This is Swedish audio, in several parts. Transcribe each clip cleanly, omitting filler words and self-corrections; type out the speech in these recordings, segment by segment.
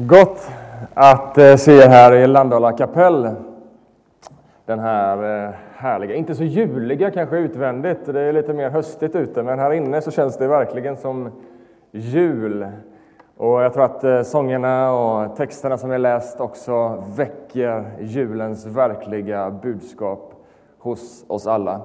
Gott att se er här i Landala kapell. Den här härliga, inte så juliga kanske utvändigt. Det är lite mer höstigt ute, men här inne så känns det verkligen som jul. Och jag tror att sångerna och texterna som vi läst också väcker julens verkliga budskap hos oss alla.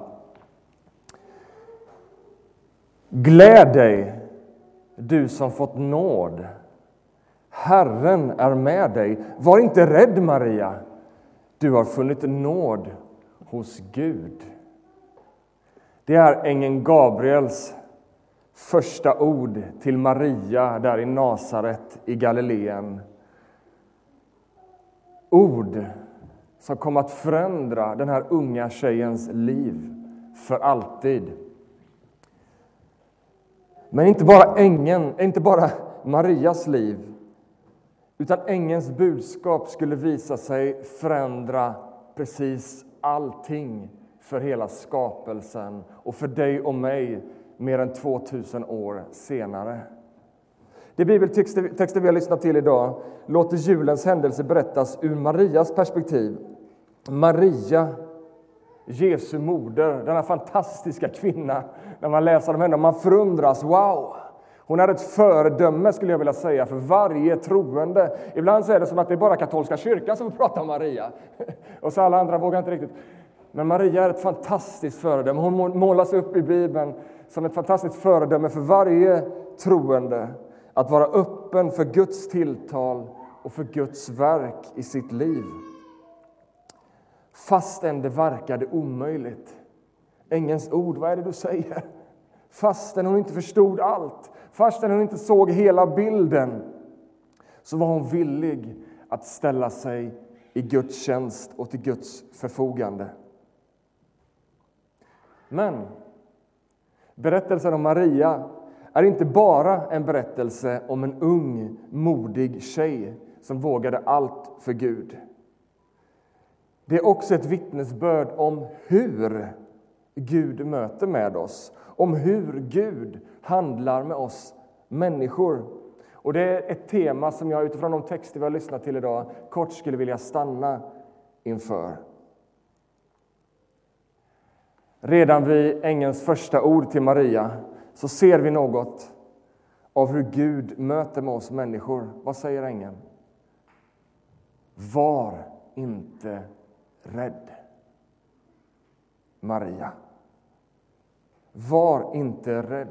Gläd dig, du som fått nåd. Herren är med dig. Var inte rädd, Maria. Du har funnit nåd hos Gud. Det är ängeln Gabriels första ord till Maria där i Nasaret i Galileen. Ord som kom att förändra den här unga tjejens liv för alltid. Men inte bara Marias liv, utan ängelns budskap skulle visa sig förändra precis allting för hela skapelsen och för dig och mig mer än 2000 år senare. De bibeltexter vi har lyssnat till idag låter julens händelse berättas ur Marias perspektiv. Maria, Jesu moder, denna fantastiska kvinna. När man läser om henne man förundras, wow! Hon är ett föredöme skulle jag vilja säga för varje troende. Ibland så är det som att det är bara katolska kyrkan som pratar om Maria. Och så alla andra vågar inte riktigt. Men Maria är ett fantastiskt föredöme. Hon målas upp i Bibeln som ett fantastiskt föredöme för varje troende. Att vara öppen för Guds tilltal och för Guds verk i sitt liv. Fastän det verkade omöjligt. Ängelns ord, vad är det du säger? Fastän hon inte förstod allt, fastän hon inte såg hela bilden, så var hon villig att ställa sig i Guds tjänst och till Guds förfogande. Men berättelsen om Maria är inte bara en berättelse om en ung, modig tjej som vågade allt för Gud. Det är också ett vittnesbörd om hur Gud möter med oss. Om hur Gud handlar med oss människor. Och det är ett tema som jag utifrån de texter vi har lyssnat till idag kort skulle vilja stanna inför. Redan vid ängelns första ord till Maria så ser vi något av hur Gud möter med oss människor. Vad säger ängeln? Var inte rädd, Maria. Var inte rädd.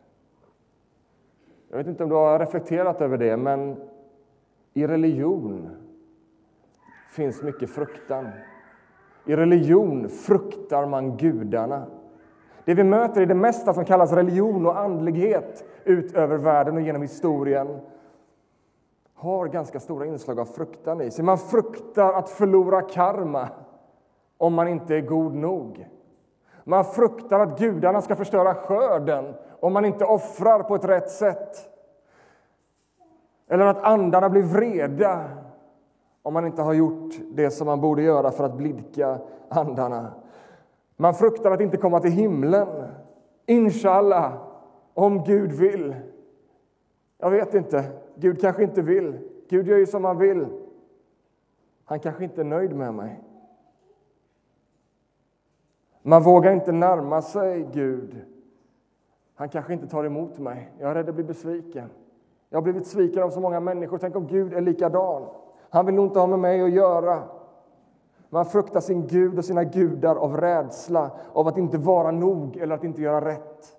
Jag vet inte om du har reflekterat över det, men i religion finns mycket fruktan. I religion fruktar man gudarna. Det vi möter i det mesta som kallas religion och andlighet ut över världen och genom historien har ganska stora inslag av fruktan i sig. Man fruktar att förlora karma om man inte är god nog. Man fruktar att gudarna ska förstöra skörden om man inte offrar på ett rätt sätt. Eller att andarna blir vreda om man inte har gjort det som man borde göra för att blidka andarna. Man fruktar att inte komma till himlen. Inshallah, om Gud vill. Jag vet inte. Gud kanske inte vill. Gud gör ju som han vill. Han kanske inte är nöjd med mig. Man vågar inte närma sig Gud. Han kanske inte tar emot mig. Jag är rädd att bli besviken. Jag har blivit sviken av så många människor. Tänk om Gud är likadan. Han vill nog inte ha med mig att göra. Man fruktar sin Gud och sina gudar av rädsla. Av att inte vara nog eller att inte göra rätt.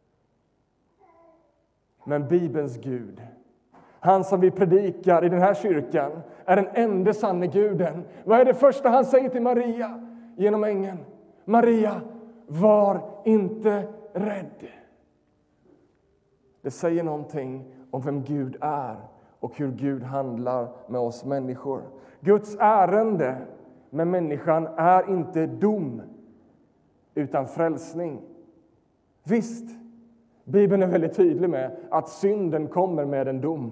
Men Bibelns Gud, han som vi predikar i den här kyrkan, är den enda sanne guden. Vad är det första han säger till Maria genom ängeln? Maria, var inte rädd. Det säger någonting om vem Gud är och hur Gud handlar med oss människor. Guds ärende med människan är inte dom utan frälsning. Visst, Bibeln är väldigt tydlig med att synden kommer med en dom.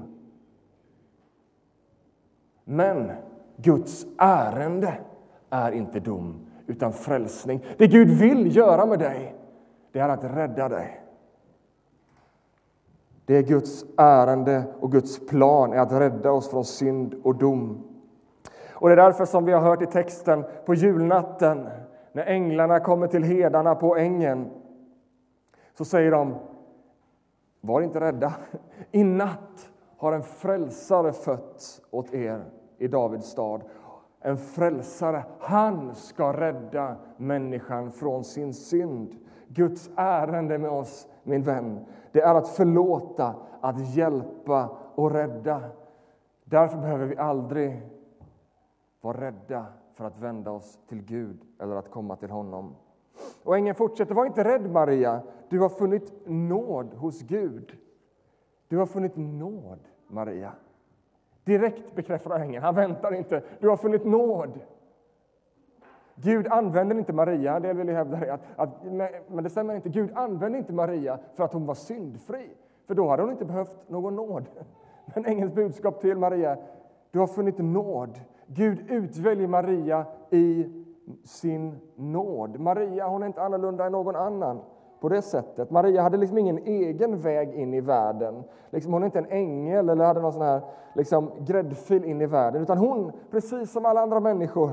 Men Guds ärende är inte dom utan frälsning. Det Gud vill göra med dig, det är att rädda dig. Det är Guds ärende och Guds plan är att rädda oss från synd och dom. Och det är därför som vi har hört i texten på julnatten, när änglarna kommer till herdarna på ängen, så säger de: var inte rädda. I natt har en frälsare fötts åt er i Davids stad. En frälsare, han ska rädda människan från sin synd. Guds ärende med oss, min vän, det är att förlåta, att hjälpa och rädda. Därför behöver vi aldrig vara rädda för att vända oss till Gud eller att komma till honom. Och ängeln fortsätter: var inte rädd, Maria. Du har funnit nåd hos Gud. Du har funnit nåd, Maria. Direkt bekräftar ängeln. Han väntar inte. Du har funnit nåd. Gud använder inte Maria, det vill jag hävda. Men det stämmer inte. Gud använde inte Maria för att hon var syndfri. För då hade hon inte behövt någon nåd. Men ängelns budskap till Maria: du har funnit nåd. Gud utväljer Maria i sin nåd. Maria, hon är inte annorlunda än någon annan på det sättet. Maria hade liksom ingen egen väg in i världen. Hon är inte en ängel eller hade någon sån här gräddfil in i världen. Utan hon, precis som alla andra människor,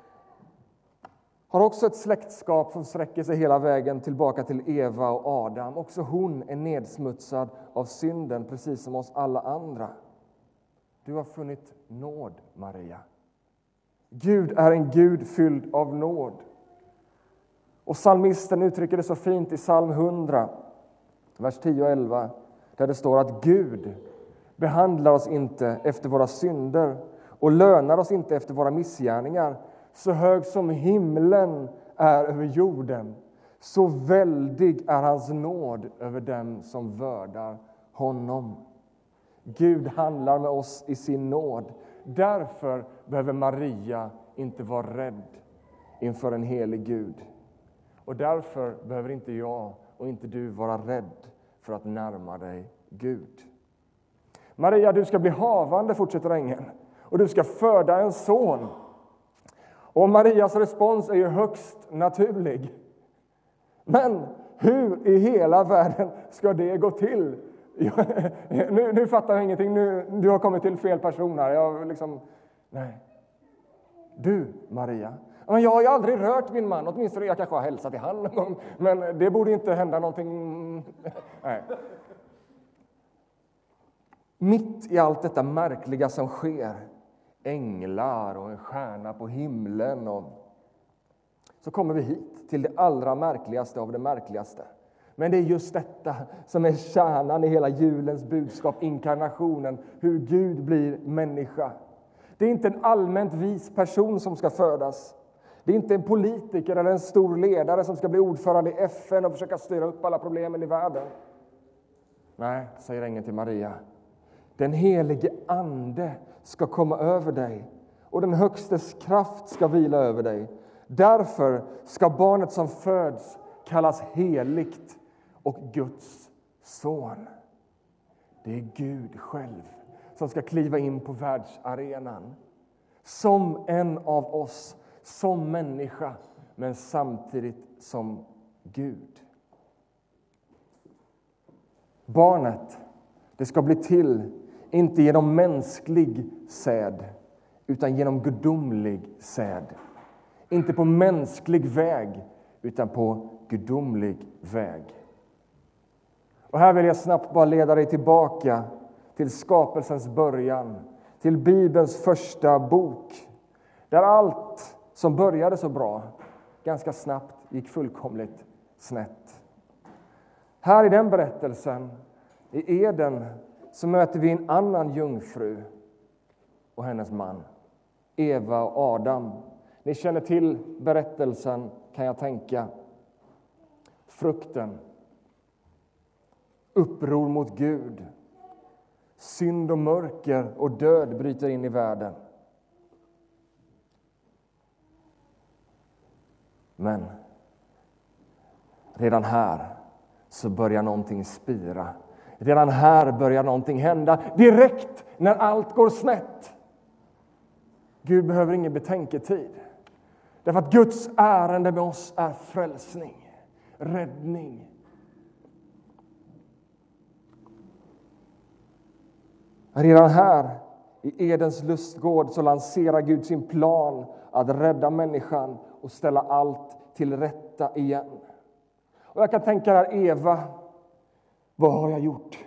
har också ett släktskap som sträcker sig hela vägen tillbaka till Eva och Adam. Också hon är nedsmutsad av synden, precis som oss alla andra. Du har funnit nåd, Maria. Gud är en Gud fylld av nåd. Och psalmisten uttrycker det så fint i psalm 100, vers 10 och 11, där det står att Gud behandlar oss inte efter våra synder och lönar oss inte efter våra missgärningar. Så hög som himlen är över jorden, så väldig är hans nåd över dem som vördar honom. Gud handlar med oss i sin nåd. Därför behöver Maria inte vara rädd inför en helig Gud. Och därför behöver inte jag och inte du vara rädd för att närma dig Gud. Maria, du ska bli havande, fortsätter ängeln, och du ska föda en son. Och Marias respons är ju högst naturlig. Men hur i hela världen ska det gå till? Nu fattar jag ingenting. Du har kommit till fel person här. Nej. Du, Maria. Men jag har ju aldrig rört min man. Åtminstone jag kanske har hälsat i hand någon gång. Men det borde inte hända någonting. Nej. Mitt i allt detta märkliga som sker, änglar och en stjärna på himlen, så kommer vi hit till det allra märkligaste av det märkligaste. Men det är just detta som är kärnan i hela julens budskap, inkarnationen, hur Gud blir människa. Det är inte en allmänt vis person som ska födas. Det är inte en politiker eller en stor ledare som ska bli ordförande i FN och försöka styra upp alla problemen i världen. Nej, säger ängeln till Maria. Den helige ande ska komma över dig och den högstes kraft ska vila över dig. Därför ska barnet som föds kallas heligt och Guds son. Det är Gud själv som ska kliva in på världsarenan. Som en av oss, som människa, men samtidigt som Gud. Barnet, det ska bli till, inte genom mänsklig säd, utan genom gudomlig säd. Inte på mänsklig väg, utan på gudomlig väg. Och här vill jag snabbt bara leda dig tillbaka till skapelsens början, till Bibelns första bok, där allt som började så bra ganska snabbt gick fullkomligt snett. Här i den berättelsen, i Eden, så möter vi en annan jungfru och hennes man, Eva och Adam. Ni känner till berättelsen, kan jag tänka. Frukten, uppror mot Gud, synd och mörker och död bryter in i världen. Men redan här så börjar någonting spira. Redan här börjar någonting hända direkt när allt går snett. Gud behöver ingen betänketid. Därför att Guds ärende med oss är frälsning, räddning. Redan här i Edens lustgård så lanserar Gud sin plan att rädda människan och ställa allt till rätta igen. Och jag kan tänka här, Eva, vad har jag gjort?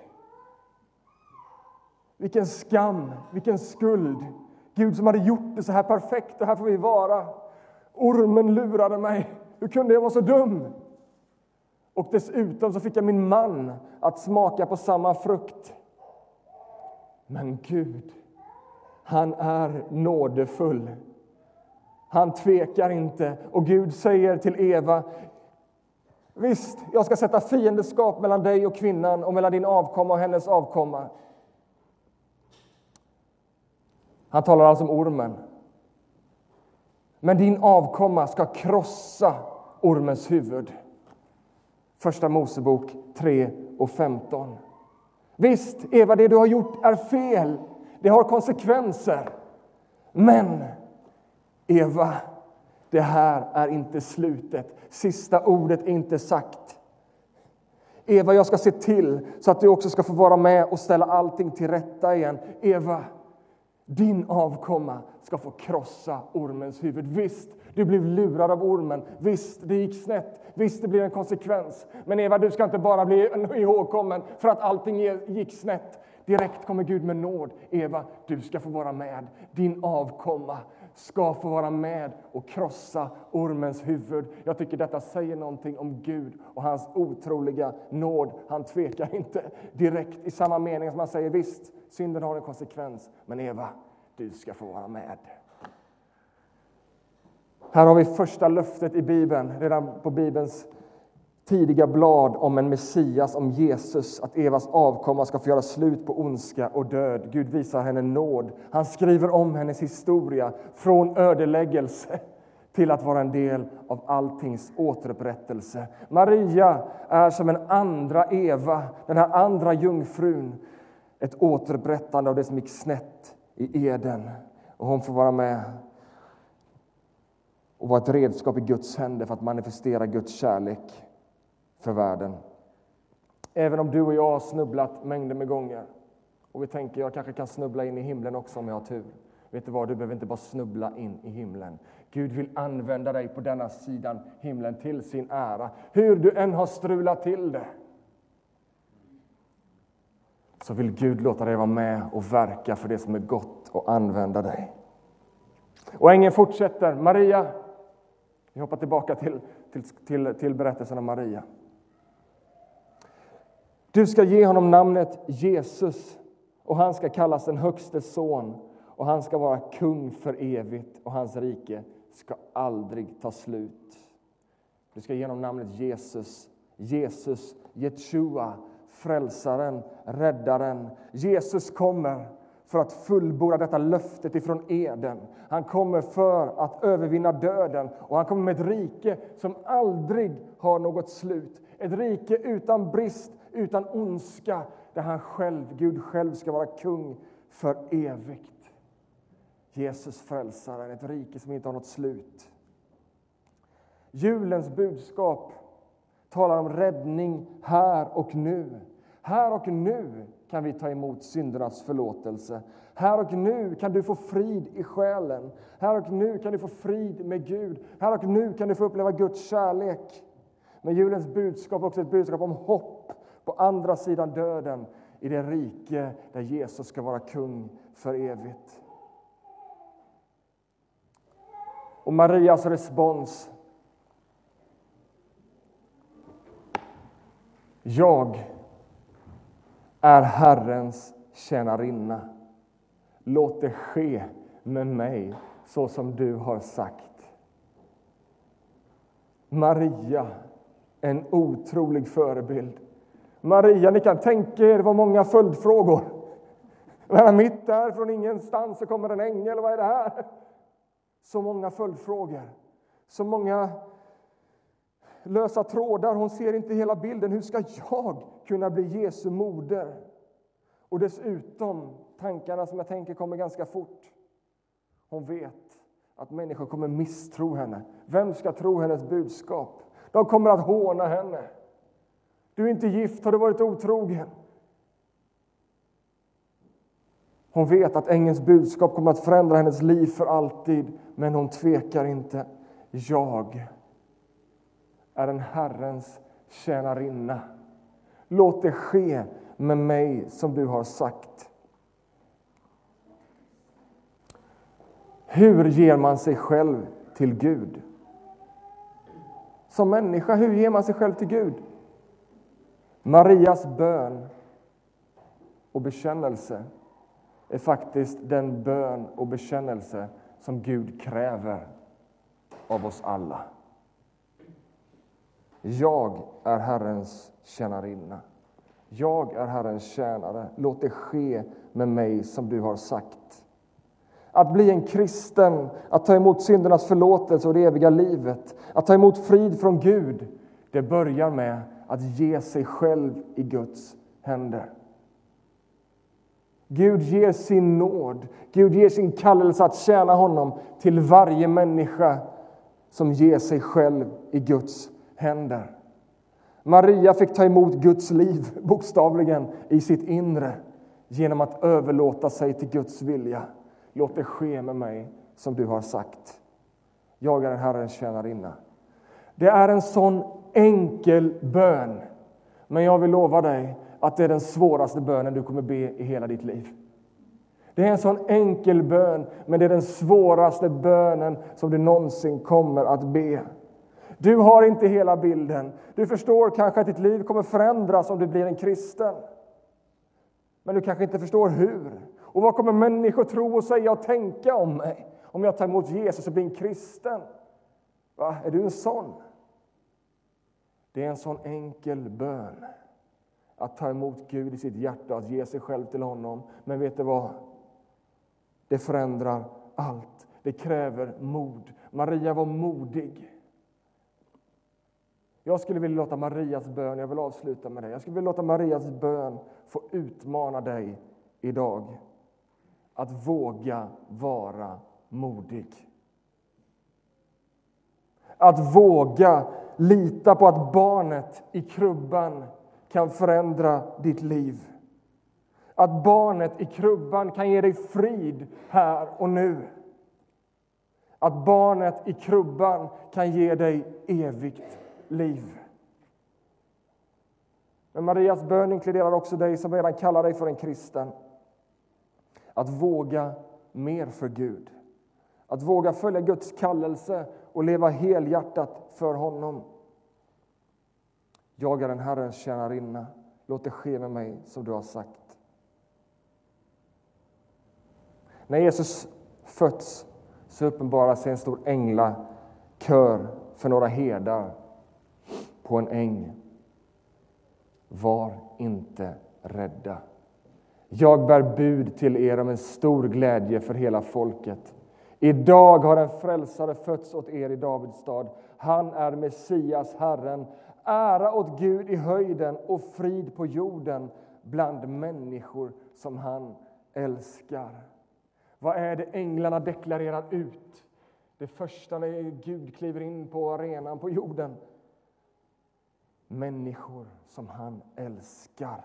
Vilken skam, vilken skuld. Gud som hade gjort det så här perfekt, och här får vi vara. Ormen lurade mig. Hur kunde jag vara så dum? Och dessutom så fick jag min man att smaka på samma frukt. Men Gud, han är nådefull. Han tvekar inte. Och Gud säger till Eva, visst, jag ska sätta fiendeskap mellan dig och kvinnan och mellan din avkomma och hennes avkomma. Han talar alltså om ormen. Men din avkomma ska krossa ormens huvud. Första Mosebok 3:15. Visst, Eva, det du har gjort är fel. Det har konsekvenser. Men, Eva, det här är inte slutet. Sista ordet är inte sagt. Eva, jag ska se till så att du också ska få vara med och ställa allting till rätta igen. Eva, din avkomma ska få krossa ormens huvud. Visst, du blev lurad av ormen. Visst, det gick snett. Visst, det blir en konsekvens. Men Eva, du ska inte bara bli ihågkommen för att allting gick snett. Direkt kommer Gud med nåd. Eva, du ska få vara med. Din avkomma ska få vara med och krossa ormens huvud. Jag tycker detta säger någonting om Gud och hans otroliga nåd. Han tvekar inte direkt i samma mening som han säger, visst, synden har en konsekvens. Men Eva, du ska få vara med. Här har vi första löftet i Bibeln, redan på Bibelns tidiga blad, om en Messias, om Jesus, att Evas avkomma ska få göra slut på ondska och död. Gud visar henne nåd. Han skriver om hennes historia från ödeläggelse till att vara en del av alltings återupprättelse. Maria är som en andra Eva, den här andra jungfrun, ett återupprättande av det som gick snett i Eden. Och hon får vara med och vara ett redskap i Guds händer för att manifestera Guds kärlek för världen. Även om du och jag har snubblat mängder med gånger. Och vi tänker, jag kanske kan snubbla in i himlen också om jag har tur. Vet du vad, du behöver inte bara snubbla in i himlen. Gud vill använda dig på denna sidan himlen till sin ära. Hur du än har strulat till det, så vill Gud låta dig vara med och verka för det som är gott och använda dig. Och ängeln fortsätter. Maria, vi hoppar tillbaka till berättelsen om Maria. Du ska ge honom namnet Jesus, och han ska kallas den högste son, och han ska vara kung för evigt, och hans rike ska aldrig ta slut. Du ska ge honom namnet Jesus. Jesus, Jeshua, frälsaren, räddaren. Jesus kommer för att fullborda detta löftet ifrån Eden. Han kommer för att övervinna döden, och han kommer med ett rike som aldrig har något slut. Ett rike utan brist, utan ondska, där han själv, Gud själv, ska vara kung för evigt. Jesus, frälsaren, ett rike som inte har något slut. Julens budskap talar om räddning här och nu. Här och nu kan vi ta emot syndernas förlåtelse. Här och nu kan du få frid i själen. Här och nu kan du få frid med Gud. Här och nu kan du få uppleva Guds kärlek. Men julens budskap är också ett budskap om hopp på andra sidan döden, i det rike där Jesus ska vara kung för evigt. Och Marias respons: jag är Herrens tjänarinna. Låt det ske med mig så som du har sagt. Maria, en otrolig förebild. Maria, ni kan tänka er vad många följdfrågor. Men mitt där från ingenstans så kommer en ängel, vad är det här? Så många följdfrågor. Så många lösa trådar. Hon ser inte hela bilden. Hur ska jag kunna bli Jesu moder? Och dessutom, tankarna som jag tänker kommer ganska fort. Hon vet att människor kommer misstro henne. Vem ska tro hennes budskap? De kommer att håna henne. Du är inte gift, har du varit otrogen? Hon vet att ängelns budskap kommer att förändra hennes liv för alltid. Men hon tvekar inte. Jag är en Herrens tjänarinna. Låt det ske med mig som du har sagt. Hur ger man sig själv till Gud? Som människa, hur ger man sig själv till Gud? Marias bön och bekännelse är faktiskt den bön och bekännelse som Gud kräver av oss alla. Jag är Herrens tjänarinna. Jag är Herrens tjänare. Låt det ske med mig som du har sagt. Att bli en kristen, att ta emot syndernas förlåtelse och det eviga livet, att ta emot frid från Gud, det börjar med att ge sig själv i Guds händer. Gud ger sin nåd, Gud ger sin kallelse att tjäna honom till varje människa som ger sig själv i Guds händer. Maria fick ta emot Guds liv bokstavligen i sitt inre genom att överlåta sig till Guds vilja. Låt det ske med mig som du har sagt. Jag är en Herrens tjänarinna. Det är en sån enkel bön. Men jag vill lova dig att det är den svåraste bönen du kommer be i hela ditt liv. Det är en sån enkel bön, men det är den svåraste bönen som du någonsin kommer att be. Du har inte hela bilden. Du förstår kanske att ditt liv kommer förändras om du blir en kristen. Men du kanske inte förstår hur. Och vad kommer människor tro och säga och tänka om mig om jag tar emot Jesus och blir en kristen? Va? Är du en sån? Det är en sån enkel bön. Att ta emot Gud i sitt hjärta, att ge sig själv till honom. Men vet du vad? Det förändrar allt. Det kräver mod. Maria var modig. Jag skulle vilja låta Marias bön, jag vill avsluta med det. Jag skulle vilja låta Marias bön få utmana dig idag. Att våga vara modig. Att våga lita på att barnet i krubban kan förändra ditt liv. Att barnet i krubban kan ge dig frid här och nu. Att barnet i krubban kan ge dig evigt liv. Men Marias bön inkluderar också dig som redan kallar dig för en kristen. Att våga mer för Gud. Att våga följa Guds kallelse och leva helhjärtat för honom. Jag är en Herrens tjänarinna. Låt det ske med mig som du har sagt. När Jesus föds så uppenbarar sig en stor änglakör för några herdar på en äng. Var inte rädda. Jag bär bud till er om en stor glädje för hela folket. Idag har en frälsare fötts åt er i Davids stad. Han är Messias, Herren. Ära åt Gud i höjden och frid på jorden bland människor som han älskar. Vad är det änglarna deklarerar ut? Det första när Gud kliver in på arenan på jorden. Människor som han älskar.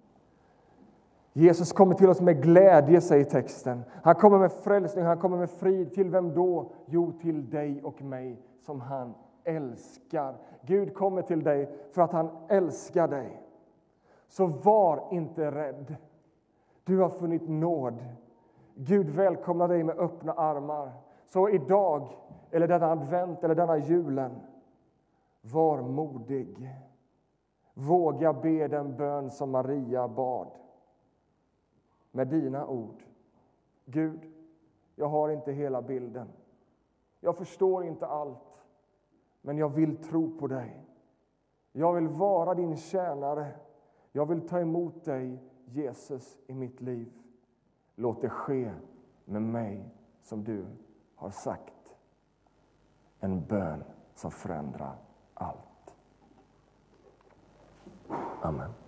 Jesus kommer till oss med glädje, säger texten. Han kommer med frälsning, han kommer med frid. Till vem då? Jo, till dig och mig som han älskar. Gud kommer till dig för att han älskar dig. Så var inte rädd. Du har funnit nåd. Gud välkomnar dig med öppna armar. Så idag, eller denna advent, eller denna julen, var modig. Våga be den bön som Maria bad. Med dina ord. Gud, jag har inte hela bilden. Jag förstår inte allt. Men jag vill tro på dig. Jag vill vara din tjänare. Jag vill ta emot dig, Jesus, i mitt liv. Låt det ske med mig som du har sagt. En bön som förändrar allt. Amen.